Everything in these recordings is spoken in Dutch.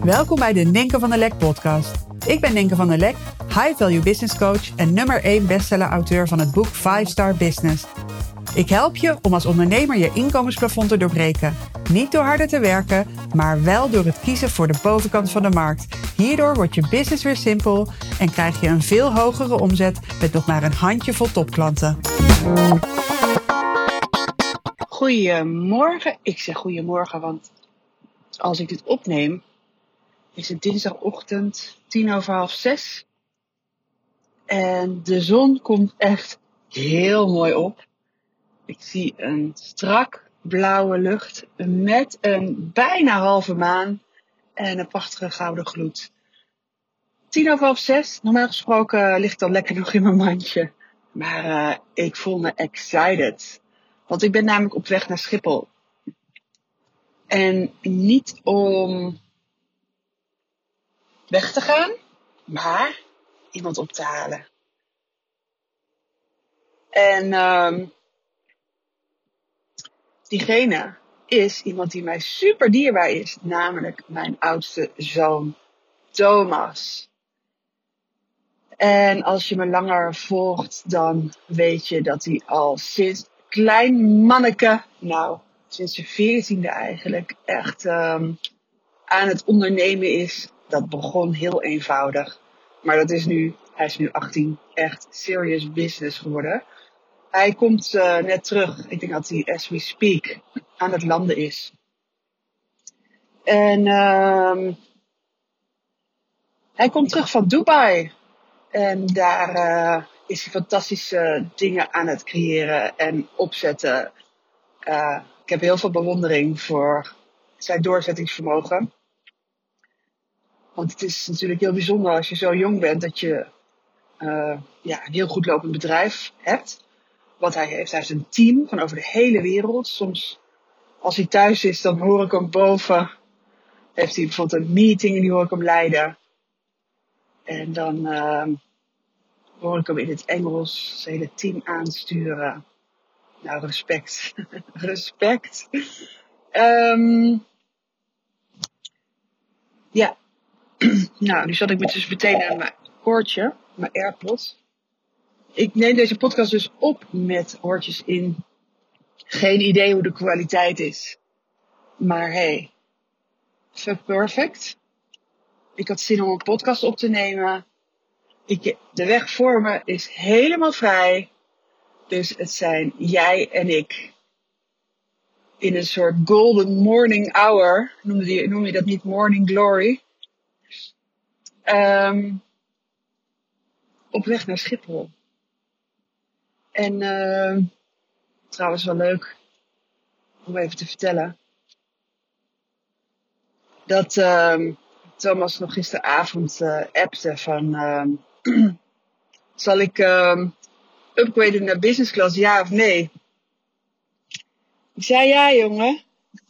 Welkom bij de Ninke van der Lek podcast. Ik ben Ninke van der Lek, High Value Business Coach en nummer 1 bestseller-auteur van het boek 5 Star Business. Ik help je om als ondernemer je inkomensplafond te doorbreken. Niet door harder te werken, maar wel door het kiezen voor de bovenkant van de markt. Hierdoor wordt je business weer simpel en krijg je een veel hogere omzet met nog maar een handjevol topklanten. Goedemorgen. Ik zeg goedemorgen, want als ik dit opneem, is het dinsdagochtend 5:10. En de zon komt echt heel mooi op. Ik zie een strak blauwe lucht met een bijna halve maan en een prachtige gouden gloed. 5:10. Normaal gesproken ligt dat lekker nog in mijn mandje. Maar ik voel me excited. Want ik ben namelijk op weg naar Schiphol. En niet om weg te gaan, maar iemand op te halen. En diegene is iemand die mij super dierbaar is. Namelijk mijn oudste zoon, Thomas. En als je me langer volgt, dan weet je dat hij al sinds klein manneke, sinds de 14e eigenlijk, echt aan het ondernemen is. Dat begon heel eenvoudig. Maar hij is nu 18, echt serious business geworden. Hij komt net terug. Ik denk dat hij, as we speak, aan het landen is. En hij komt terug van Dubai. En daar is hij fantastische dingen aan het creëren en opzetten. Ik heb heel veel bewondering voor zijn doorzettingsvermogen. Want het is natuurlijk heel bijzonder als je zo jong bent dat je een heel goed lopend bedrijf hebt. Wat hij heeft. Hij heeft een team van over de hele wereld. Soms als hij thuis is, dan hoor ik hem boven. Heeft hij bijvoorbeeld een meeting en die hoor ik hem leiden. En dan hoor ik hem in het Engels zijn hele team aansturen. Nou, respect. Respect. Nu zat ik me dus meteen aan mijn oortje, mijn AirPods. Ik neem deze podcast dus op met oortjes in. Geen idee hoe de kwaliteit is. Maar hey, fuck perfect. Ik had zin om een podcast op te nemen. De weg voor me is helemaal vrij. Dus het zijn jij en ik. In een soort golden morning hour. Noem je dat niet morning glory? Op weg naar Schiphol. En trouwens wel leuk om even te vertellen. Dat Thomas nog gisteravond appte van... zal ik upgraden naar business class, ja of nee? Ik zei ja, jongen.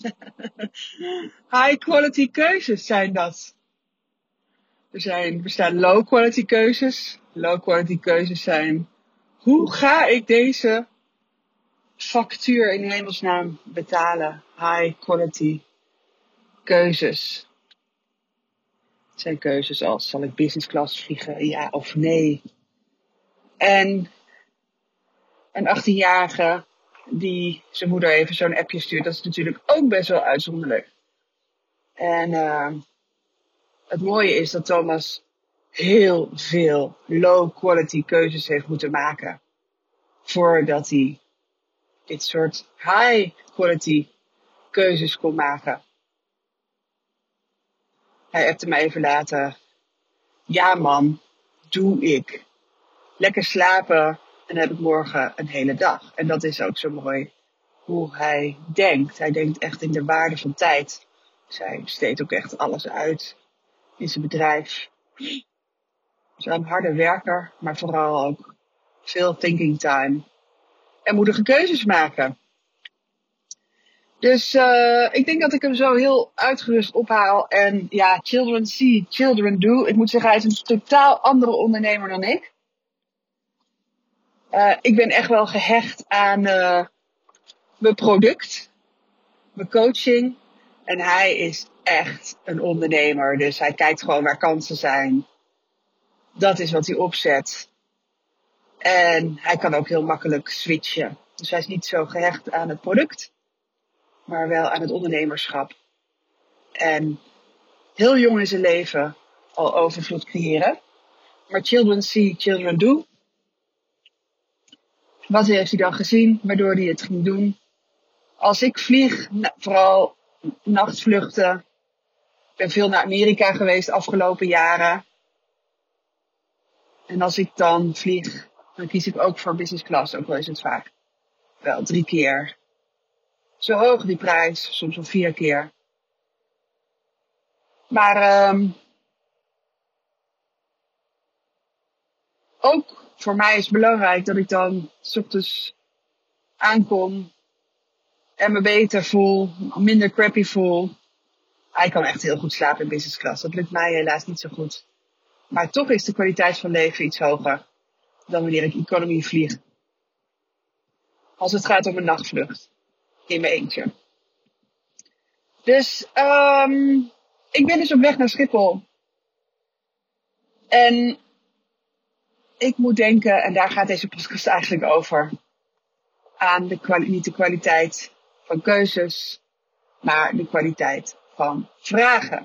High quality keuzes zijn dat. Er bestaan low quality keuzes. Low quality keuzes zijn... Hoe ga ik deze factuur in hemelsnaam betalen? High quality keuzes. Het zijn keuzes als, zal ik business class vliegen, ja of nee? En een 18-jarige die zijn moeder even zo'n appje stuurt, dat is natuurlijk ook best wel uitzonderlijk. En het mooie is dat Thomas heel veel low quality keuzes heeft moeten maken. Voordat hij dit soort high quality keuzes kon maken. Hij appte me even later. Ja man, doe ik. Lekker slapen en dan heb ik morgen een hele dag. En dat is ook zo mooi hoe hij denkt. Hij denkt echt in de waarde van tijd. Dus hij besteedt ook echt alles uit in zijn bedrijf. Hij is een harde werker, maar vooral ook veel thinking time. En moedige keuzes maken. Dus ik denk dat ik hem zo heel uitgerust ophaal. En ja, children see, children do. Ik moet zeggen, hij is een totaal andere ondernemer dan ik. Ik ben echt wel gehecht aan mijn product, mijn coaching En hij is echt een ondernemer. Dus hij kijkt gewoon waar kansen zijn. Dat is wat hij opzet. En hij kan ook heel makkelijk switchen. Dus hij is niet zo gehecht aan het product, maar wel aan het ondernemerschap. En heel jong in zijn leven al overvloed creëren. Maar children see, children do. Wat heeft hij dan gezien, waardoor hij het ging doen? Als ik vlieg, vooral nachtvluchten. Ik ben veel naar Amerika geweest de afgelopen jaren. En als ik dan vlieg, dan kies ik ook voor business class. Ook al is het vaak wel 3 keer zo hoog die prijs. Soms wel 4 keer. Maar ook voor mij is het belangrijk dat ik dan 's ochtends aankom en me beter voel, minder crappy voel. Hij kan echt heel goed slapen in business class. Dat lukt mij helaas niet zo goed. Maar toch is de kwaliteit van leven iets hoger dan wanneer ik economy vlieg. Als het gaat om een nachtvlucht. In mijn eentje. Dus ik ben dus op weg naar Schiphol. En ik moet denken, en daar gaat deze podcast eigenlijk over, aan niet de kwaliteit van keuzes, maar de kwaliteit van vragen.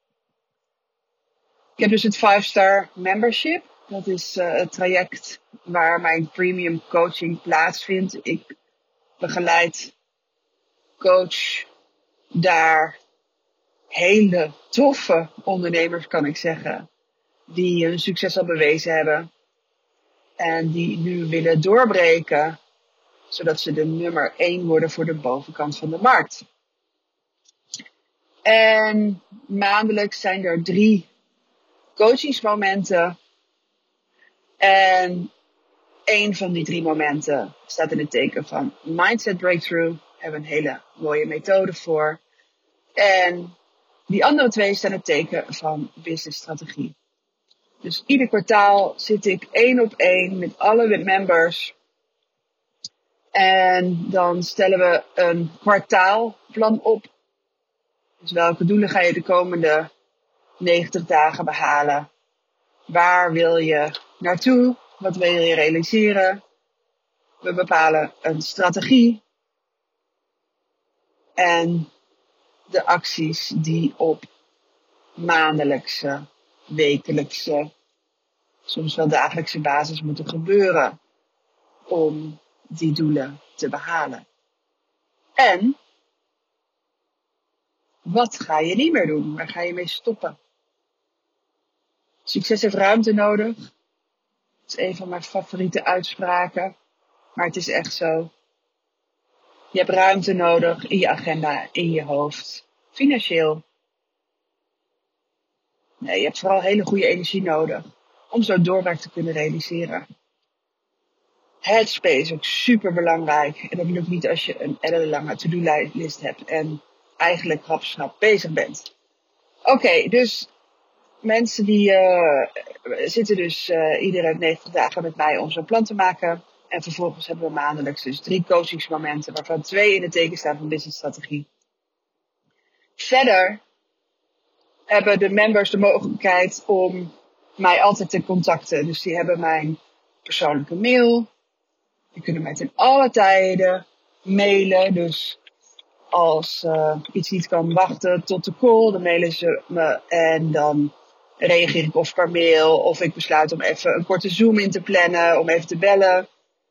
Ik heb dus het 5-star membership. Dat is het traject waar mijn premium coaching plaatsvindt. Ik begeleid, coach daar hele toffe ondernemers, kan ik zeggen, die hun succes al bewezen hebben. En die nu willen doorbreken, zodat ze de nummer 1 worden voor de bovenkant van de markt. En maandelijks zijn er 3 coachingsmomenten. En 1 van die 3 momenten staat in het teken van Mindset Breakthrough. Daar hebben we een hele mooie methode voor. En die andere 2 staan in het teken van business strategie. Dus ieder kwartaal zit ik 1 op 1 met alle members. En dan stellen we een kwartaalplan op. Dus welke doelen ga je de komende 90 dagen behalen? Waar wil je naartoe? Wat wil je realiseren? We bepalen een strategie. En de acties die op maandelijkse, wekelijkse, soms wel dagelijkse basis moeten gebeuren om die doelen te behalen. En wat ga je niet meer doen? Waar ga je mee stoppen? Succes heeft ruimte nodig. Dat is een van mijn favoriete uitspraken. Maar het is echt zo. Je hebt ruimte nodig in je agenda, in je hoofd. Financieel. Nee, je hebt vooral hele goede energie nodig om zo'n doorbraak te kunnen realiseren. Headspace is ook super belangrijk. En dat lukt niet als je een ellenlange to-do-list hebt en eigenlijk hapsnap bezig bent. Oké, dus mensen die zitten dus iedere 90 dagen met mij om zo'n plan te maken. En vervolgens hebben we maandelijks dus 3 coachingsmomenten, waarvan 2 in het teken staan van businessstrategie. Verder hebben de members de mogelijkheid om mij altijd te contacten. Dus die hebben mijn persoonlijke mail. Die kunnen mij ten alle tijden mailen. Dus als iets niet kan wachten tot de call, dan mailen ze me en dan reageer ik of per mail of ik besluit om even een korte Zoom in te plannen, om even te bellen.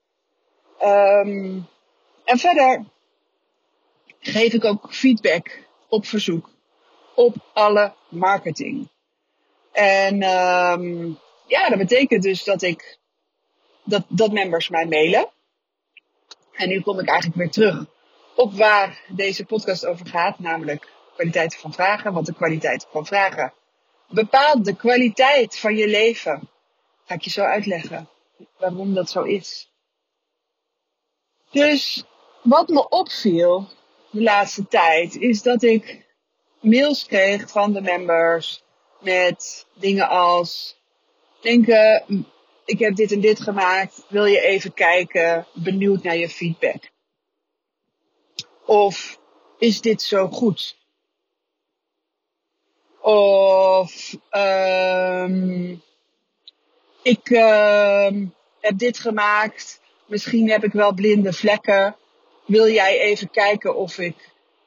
En verder geef ik ook feedback op verzoek op alle marketing. En dat betekent dus dat members mij mailen. En nu kom ik eigenlijk weer terug op waar deze podcast over gaat, namelijk kwaliteit van vragen. Want de kwaliteit van vragen bepaalt de kwaliteit van je leven. Ga ik je zo uitleggen waarom dat zo is. Dus wat me opviel de laatste tijd is dat ik mails kreeg van de members met dingen als: Denke, ik heb dit en dit gemaakt, wil je even kijken, benieuwd naar je feedback. Of is dit zo goed? Of ik heb dit gemaakt. Misschien heb ik wel blinde vlekken. Wil jij even kijken of ik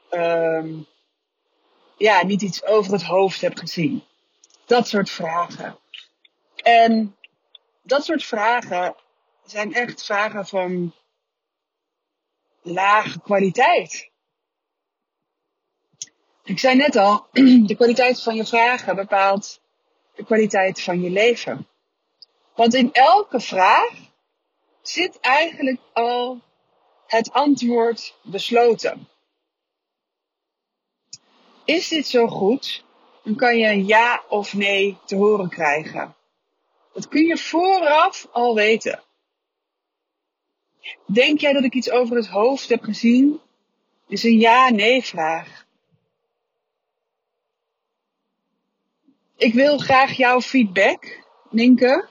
niet iets over het hoofd heb gezien? Dat soort vragen. En dat soort vragen zijn echt vragen van lage kwaliteit. Ik zei net al, de kwaliteit van je vragen bepaalt de kwaliteit van je leven. Want in elke vraag zit eigenlijk al het antwoord besloten. Is dit zo goed? Dan kan je een ja of nee te horen krijgen. Dat kun je vooraf al weten. Denk jij dat ik iets over het hoofd heb gezien? Is een ja-nee vraag. Ik wil graag jouw feedback, Nienke.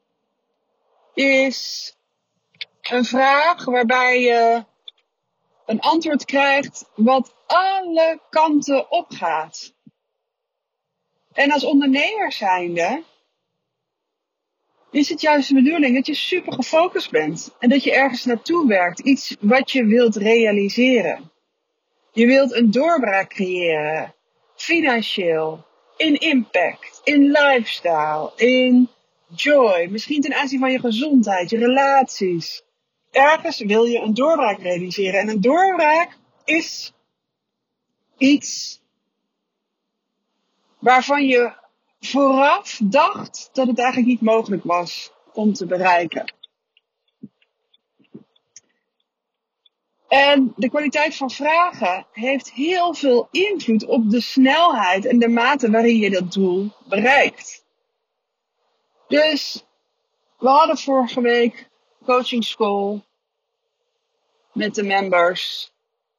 Is een vraag waarbij je een antwoord krijgt wat alle kanten opgaat. En als ondernemer zijnde is het juist de bedoeling dat je super gefocust bent. En dat je ergens naartoe werkt. Iets wat je wilt realiseren. Je wilt een doorbraak creëren. Financieel. In impact. In lifestyle. In joy. Misschien ten aanzien van je gezondheid. Je relaties. Ergens wil je een doorbraak realiseren. En een doorbraak is iets waarvan je vooraf dacht dat het eigenlijk niet mogelijk was om te bereiken. En de kwaliteit van vragen heeft heel veel invloed op de snelheid en de mate waarin je dat doel bereikt. Dus we hadden vorige week coaching school met de members.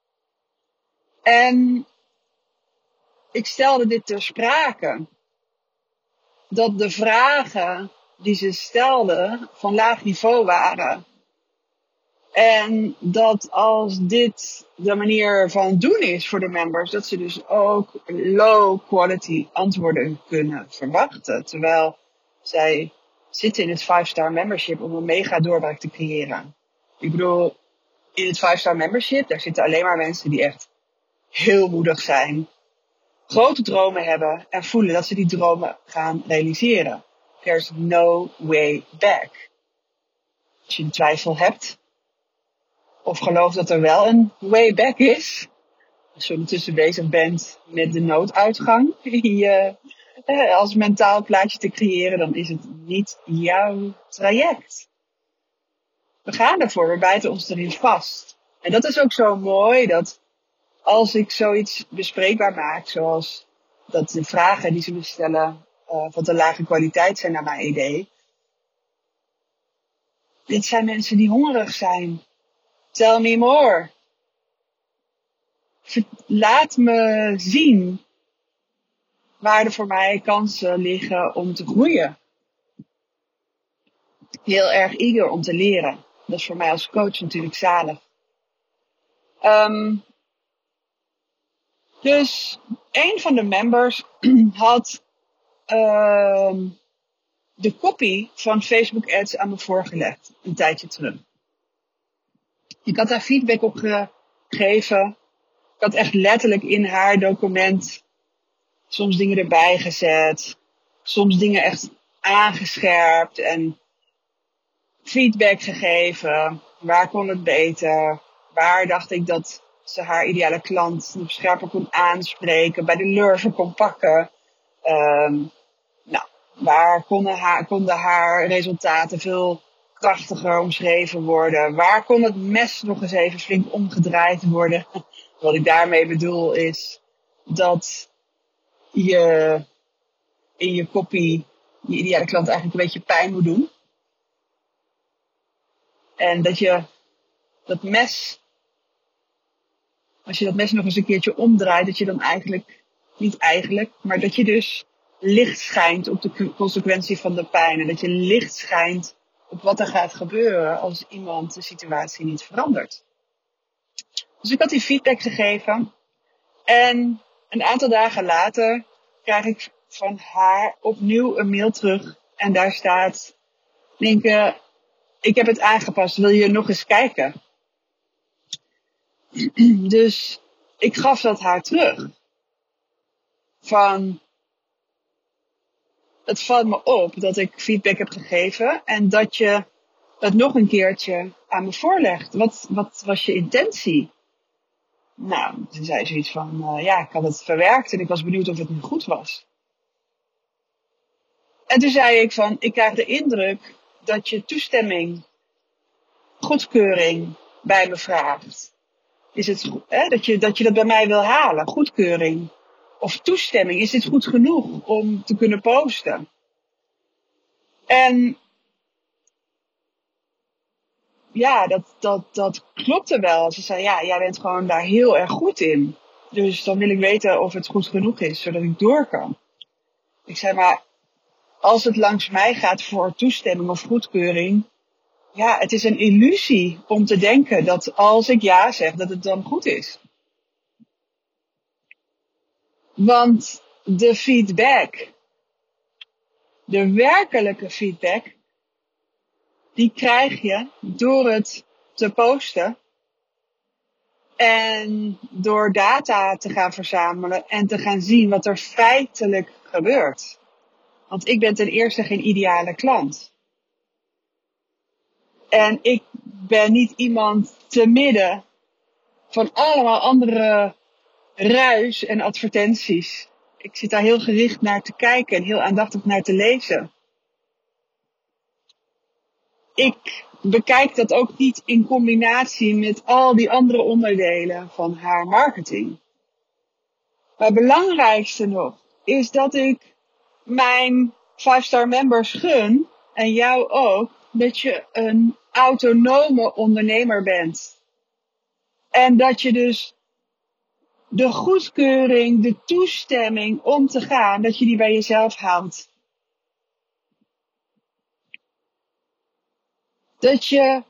En ik stelde dit ter sprake. Dat de vragen die ze stelden van laag niveau waren. En dat als dit de manier van doen is voor de members, dat ze dus ook low quality antwoorden kunnen verwachten. Terwijl zij zitten in het 5-star membership om een mega doorbraak te creëren. Ik bedoel, in het 5-star membership, daar zitten alleen maar mensen die echt heel moedig zijn. Grote dromen hebben en voelen dat ze die dromen gaan realiseren. There's no way back. Als je een twijfel hebt, of gelooft dat er wel een way back is, als je ondertussen bezig bent met de nooduitgang, als mentaal plaatje te creëren, dan is het niet jouw traject. We gaan ervoor, we bijten ons erin vast. En dat is ook zo mooi, dat als ik zoiets bespreekbaar maak, zoals dat de vragen die ze me stellen van te lage kwaliteit zijn naar mijn idee. Dit zijn mensen die hongerig zijn. Tell me more. Laat me zien waar er voor mij kansen liggen om te groeien. Heel erg eager om te leren. Dat is voor mij als coach natuurlijk zalig. Dus een van de members had de copy van Facebook Ads aan me voorgelegd. Een tijdje terug. Ik had daar feedback op gegeven. Ik had echt letterlijk in haar document soms dingen erbij gezet. Soms dingen echt aangescherpt en feedback gegeven. Waar kon het beter? Waar dacht ik dat ze haar ideale klant nog scherper kon aanspreken, bij de lurven kon pakken. Waar konden haar resultaten veel krachtiger omschreven worden? Waar kon het mes nog eens even flink omgedraaid worden? Wat ik daarmee bedoel is dat je in je copy je ideale klant eigenlijk een beetje pijn moet doen. En dat je dat mes, als je dat mes nog eens een keertje omdraait, dat je dan maar dat je dus licht schijnt op de consequentie van de pijn. En dat je licht schijnt op wat er gaat gebeuren als iemand de situatie niet verandert. Dus ik had die feedback gegeven. En een aantal dagen later krijg ik van haar opnieuw een mail terug. En daar staat, Nienke, ik heb het aangepast, wil je nog eens kijken? Dus ik gaf dat haar terug. Van, het valt me op dat ik feedback heb gegeven en dat je dat nog een keertje aan me voorlegt. Wat was je intentie? Nou, toen zei ze zoiets van, ik had het verwerkt en ik was benieuwd of het nu goed was. En toen zei ik van, ik krijg de indruk dat je toestemming, goedkeuring bij me vraagt. Is het dat je dat bij mij wil halen, goedkeuring of toestemming? Is dit goed genoeg om te kunnen posten? En ja, dat klopte wel. Ze zei, ja, jij bent gewoon daar heel erg goed in. Dus dan wil ik weten of het goed genoeg is, zodat ik door kan. Ik zei, maar als het langs mij gaat voor toestemming of goedkeuring, ja, het is een illusie om te denken dat als ik ja zeg, dat het dan goed is. Want de feedback, de werkelijke feedback, die krijg je door het te posten en door data te gaan verzamelen en te gaan zien wat er feitelijk gebeurt. Want ik ben ten eerste geen ideale klant. En ik ben niet iemand te midden van allemaal andere ruis en advertenties. Ik zit daar heel gericht naar te kijken en heel aandachtig naar te lezen. Ik bekijk dat ook niet in combinatie met al die andere onderdelen van haar marketing. Maar het belangrijkste nog is dat ik mijn 5-star members gun, en jou ook, dat je een autonome ondernemer bent. En dat je dus de goedkeuring, de toestemming om te gaan, dat je die bij jezelf haalt. Dat je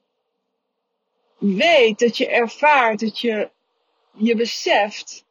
weet, dat je ervaart, dat je beseft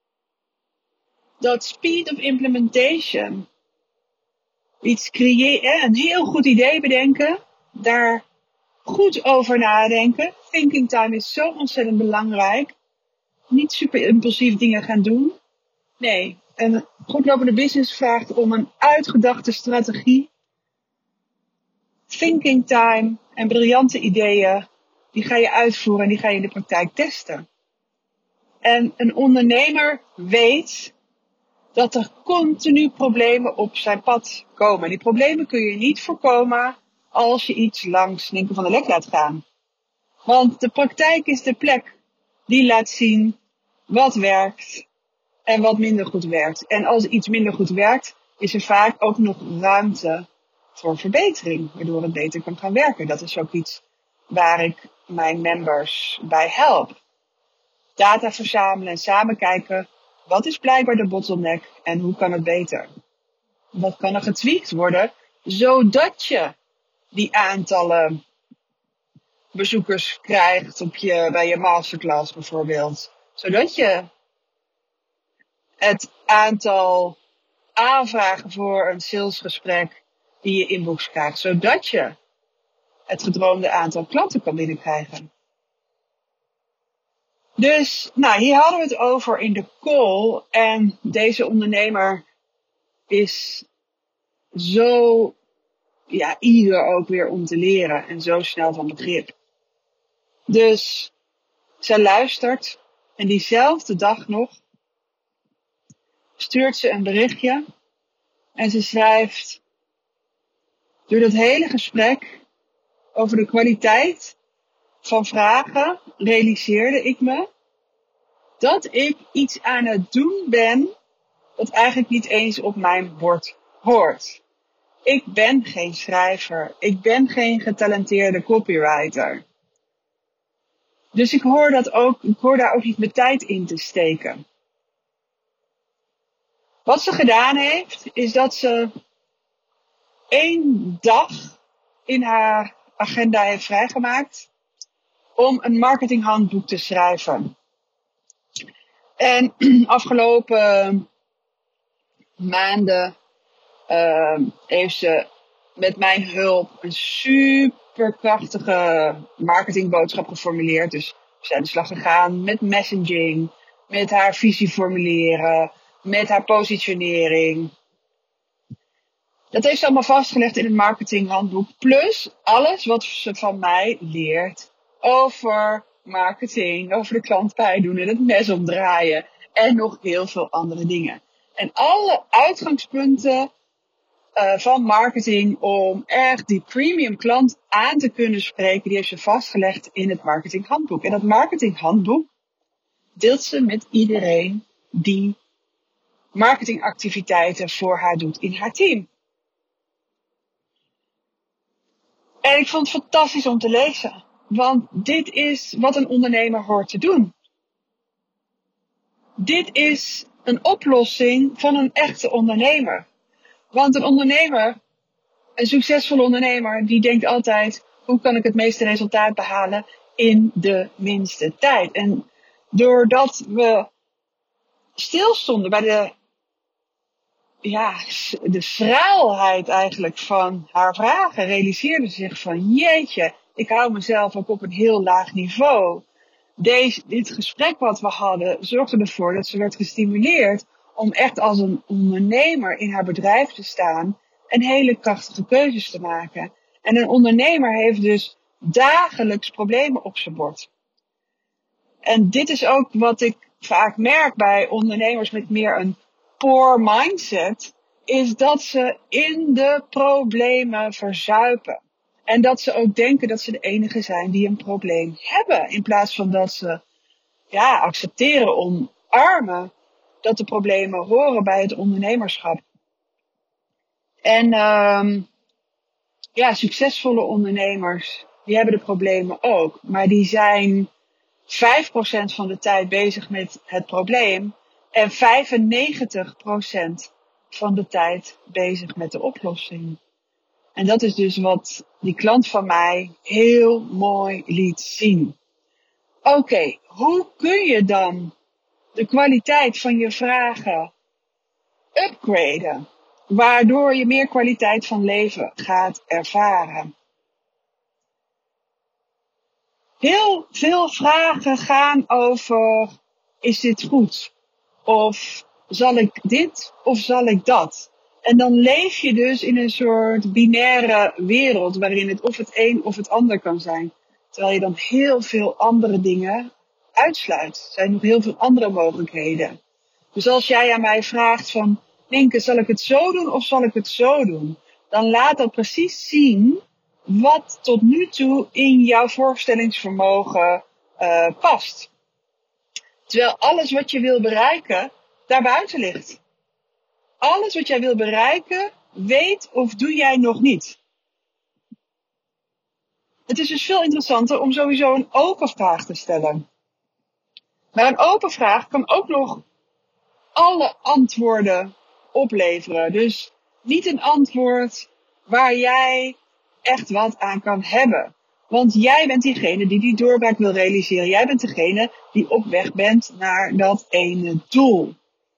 dat speed of implementation, iets creëren, een heel goed idee bedenken, daar goed over nadenken. Thinking time is zo ontzettend belangrijk. Niet super impulsief dingen gaan doen. Nee, een goedlopende business vraagt om een uitgedachte strategie. Thinking time en briljante ideeën, die ga je uitvoeren en die ga je in de praktijk testen. En een ondernemer weet dat er continu problemen op zijn pad komen. Die problemen kun je niet voorkomen als je iets langs Nienke van der Lek laat gaan. Want de praktijk is de plek die laat zien wat werkt en wat minder goed werkt. En als iets minder goed werkt, is er vaak ook nog ruimte voor verbetering, waardoor het beter kan gaan werken. Dat is ook iets waar ik mijn members bij help. Data verzamelen en samen kijken, wat is blijkbaar de bottleneck en hoe kan het beter? Wat kan er getweakt worden, zodat je die aantallen bezoekers krijgt bij je masterclass bijvoorbeeld. Zodat je het aantal aanvragen voor een salesgesprek die je inbox krijgt. Zodat je het gedroomde aantal klanten kan binnenkrijgen. Dus, hier hadden we het over in de call. En deze ondernemer is zo eager ook weer om te leren. En zo snel van begrip. Dus, zij luistert. En diezelfde dag nog stuurt ze een berichtje. En ze schrijft: door dat hele gesprek over de kwaliteit van vragen realiseerde ik me dat ik iets aan het doen ben dat eigenlijk niet eens op mijn bord hoort. Ik ben geen schrijver. Ik ben geen getalenteerde copywriter. Dus ik hoor daar ook niet mijn tijd in te steken. Wat ze gedaan heeft, is dat ze 1 dag in haar agenda heeft vrijgemaakt om een marketinghandboek te schrijven. En afgelopen maanden heeft ze met mijn hulp een super krachtige marketingboodschap geformuleerd. Dus we zijn aan de slag gegaan met messaging, met haar visie formuleren, met haar positionering. Dat heeft ze allemaal vastgelegd in het marketinghandboek. Plus alles wat ze van mij leert over marketing, over de klant bijdoen en het mes omdraaien. En nog heel veel andere dingen. En alle uitgangspunten van marketing om echt die premium klant aan te kunnen spreken, die heeft ze vastgelegd in het marketinghandboek. En dat marketinghandboek deelt ze met iedereen die marketingactiviteiten voor haar doet in haar team. En ik vond het fantastisch om te lezen. Want dit is wat een ondernemer hoort te doen. Dit is een oplossing van een echte ondernemer. Want een ondernemer, een succesvolle ondernemer, die denkt altijd, hoe kan ik het meeste resultaat behalen in de minste tijd? En doordat we stilstonden bij de schraalheid eigenlijk van haar vragen, realiseerde ze zich van, jeetje, ik hou mezelf ook op een heel laag niveau. Dit gesprek wat we hadden zorgde ervoor dat ze werd gestimuleerd om echt als een ondernemer in haar bedrijf te staan en hele krachtige keuzes te maken. En een ondernemer heeft dus dagelijks problemen op zijn bord. En dit is ook wat ik vaak merk bij ondernemers met meer een poor mindset, is dat ze in de problemen verzuipen. En dat ze ook denken dat ze de enige zijn die een probleem hebben. In plaats van dat ze accepteren, omarmen dat de problemen horen bij het ondernemerschap. En succesvolle ondernemers, die hebben de problemen ook. Maar die zijn 5% van de tijd bezig met het probleem. En 95% van de tijd bezig met de oplossing. En dat is dus wat die klant van mij heel mooi liet zien. Oké, hoe kun je dan de kwaliteit van je vragen upgraden? Waardoor je meer kwaliteit van leven gaat ervaren. Heel veel vragen gaan over, is dit goed? Of zal ik dit of zal ik dat? En dan leef je dus in een soort binaire wereld waarin het of het een of het ander kan zijn. Terwijl je dan heel veel andere dingen uitsluit. Er zijn nog heel veel andere mogelijkheden. Dus als jij aan mij vraagt van, Nienke, zal ik het zo doen of zal ik het zo doen? Dan laat dat precies zien wat tot nu toe in jouw voorstellingsvermogen past. Terwijl alles wat je wil bereiken, daarbuiten ligt. Alles wat jij wil bereiken, weet of doe jij nog niet. Het is dus veel interessanter om sowieso een open vraag te stellen. Maar een open vraag kan ook nog alle antwoorden opleveren. Dus niet een antwoord waar jij echt wat aan kan hebben. Want jij bent diegene die doorbraak wil realiseren. Jij bent degene die op weg bent naar dat ene doel.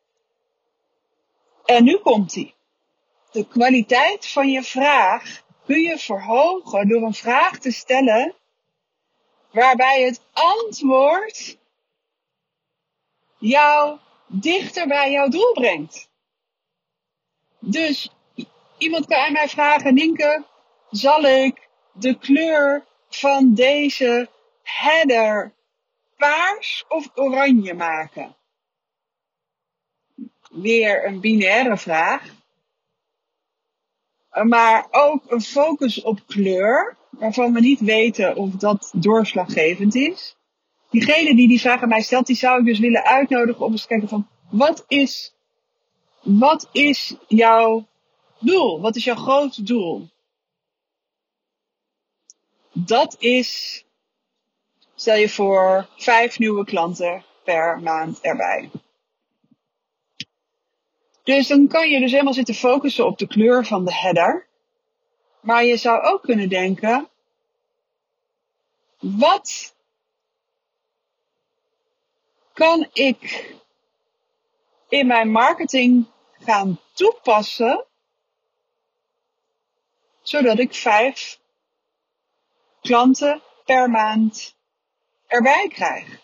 En nu komt-ie. De kwaliteit van je vraag kun je verhogen door een vraag te stellen waarbij het antwoord jou dichter bij jouw doel brengt. Dus iemand kan aan mij vragen, Nienke, zal ik de kleur van deze header paars of oranje maken? Weer een binaire vraag. Maar ook een focus op kleur, waarvan we niet weten of dat doorslaggevend is. Diegene die vraag aan mij stelt, die zou ik dus willen uitnodigen om eens te kijken van, wat is jouw doel? Wat is jouw groot doel? Dat is, stel je voor, 5 nieuwe klanten per maand erbij. Dus dan kan je dus helemaal zitten focussen op de kleur van de header. Maar je zou ook kunnen denken, wat kan ik in mijn marketing gaan toepassen, zodat ik 5 klanten per maand erbij krijg.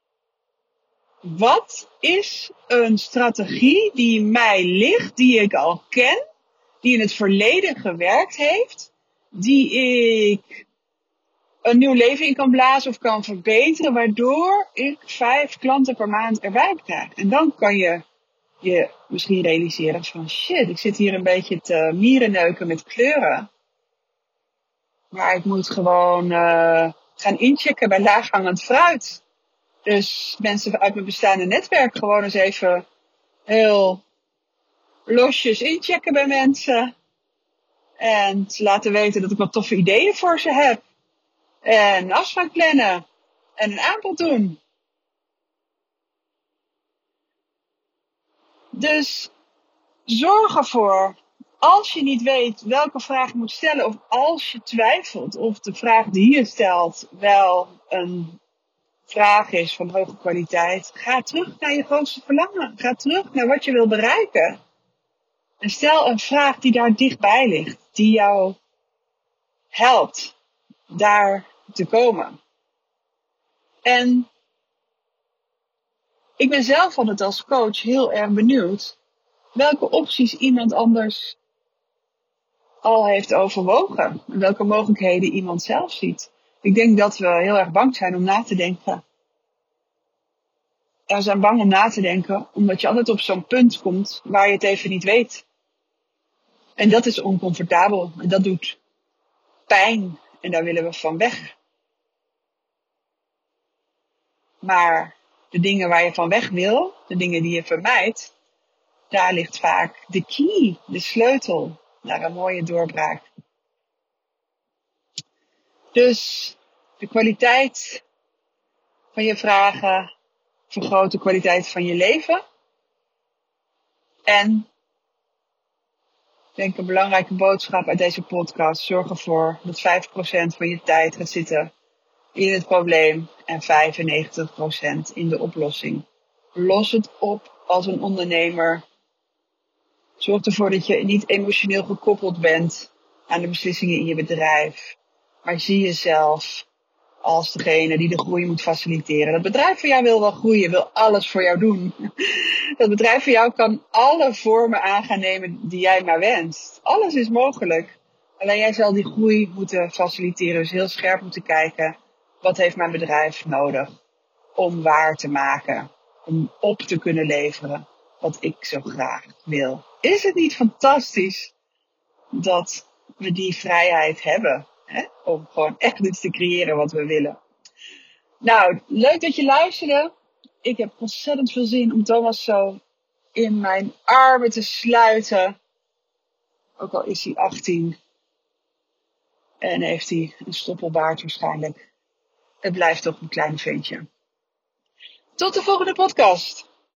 Wat is een strategie die mij ligt, die ik al ken, die in het verleden gewerkt heeft, die ik een nieuw leven in kan blazen of kan verbeteren, waardoor ik 5 klanten per maand erbij krijg. En dan kan je misschien realiseren van shit, ik zit hier een beetje te mierenneuken met kleuren. Maar ik moet gewoon gaan inchecken bij laaghangend fruit. Dus mensen uit mijn bestaande netwerk gewoon eens even heel losjes inchecken bij mensen. En laten weten dat ik wat toffe ideeën voor ze heb. En een afspraak plannen. En een aanbod doen. Dus zorg ervoor, als je niet weet welke vraag je moet stellen, of als je twijfelt of de vraag die je stelt wel een vraag is van hoge kwaliteit, ga terug naar je grootste verlangen. Ga terug naar wat je wil bereiken. En stel een vraag die daar dichtbij ligt, die jou helpt daar te komen. En ik ben zelf altijd als coach heel erg benieuwd welke opties iemand anders al heeft overwogen. En welke mogelijkheden iemand zelf ziet. Ik denk dat we heel erg bang zijn om na te denken. En we zijn bang om na te denken, omdat je altijd op zo'n punt komt waar je het even niet weet. En dat is oncomfortabel. En dat doet pijn. En daar willen we van weg. Maar de dingen waar je van weg wil, de dingen die je vermijdt, daar ligt vaak de key, de sleutel naar een mooie doorbraak. Dus de kwaliteit van je vragen vergroot de kwaliteit van je leven. En ik denk een belangrijke boodschap uit deze podcast. Zorg ervoor dat 5% van je tijd gaat zitten in het probleem en 95% in de oplossing. Los het op als een ondernemer. Zorg ervoor dat je niet emotioneel gekoppeld bent aan de beslissingen in je bedrijf. Maar zie jezelf als degene die de groei moet faciliteren. Dat bedrijf van jou wil wel groeien, wil alles voor jou doen. Dat bedrijf van jou kan alle vormen aan gaan nemen die jij maar wenst. Alles is mogelijk. Alleen jij zal die groei moeten faciliteren. Dus heel scherp moeten kijken. Wat heeft mijn bedrijf nodig om waar te maken? Om op te kunnen leveren wat ik zo graag wil. Is het niet fantastisch dat we die vrijheid hebben? Hè? Om gewoon echt iets te creëren wat we willen. Nou, leuk dat je luisterde. Ik heb ontzettend veel zin om Thomas zo in mijn armen te sluiten. Ook al is hij 18. En heeft hij een stoppelbaard waarschijnlijk. Het blijft toch een klein ventje. Tot de volgende podcast.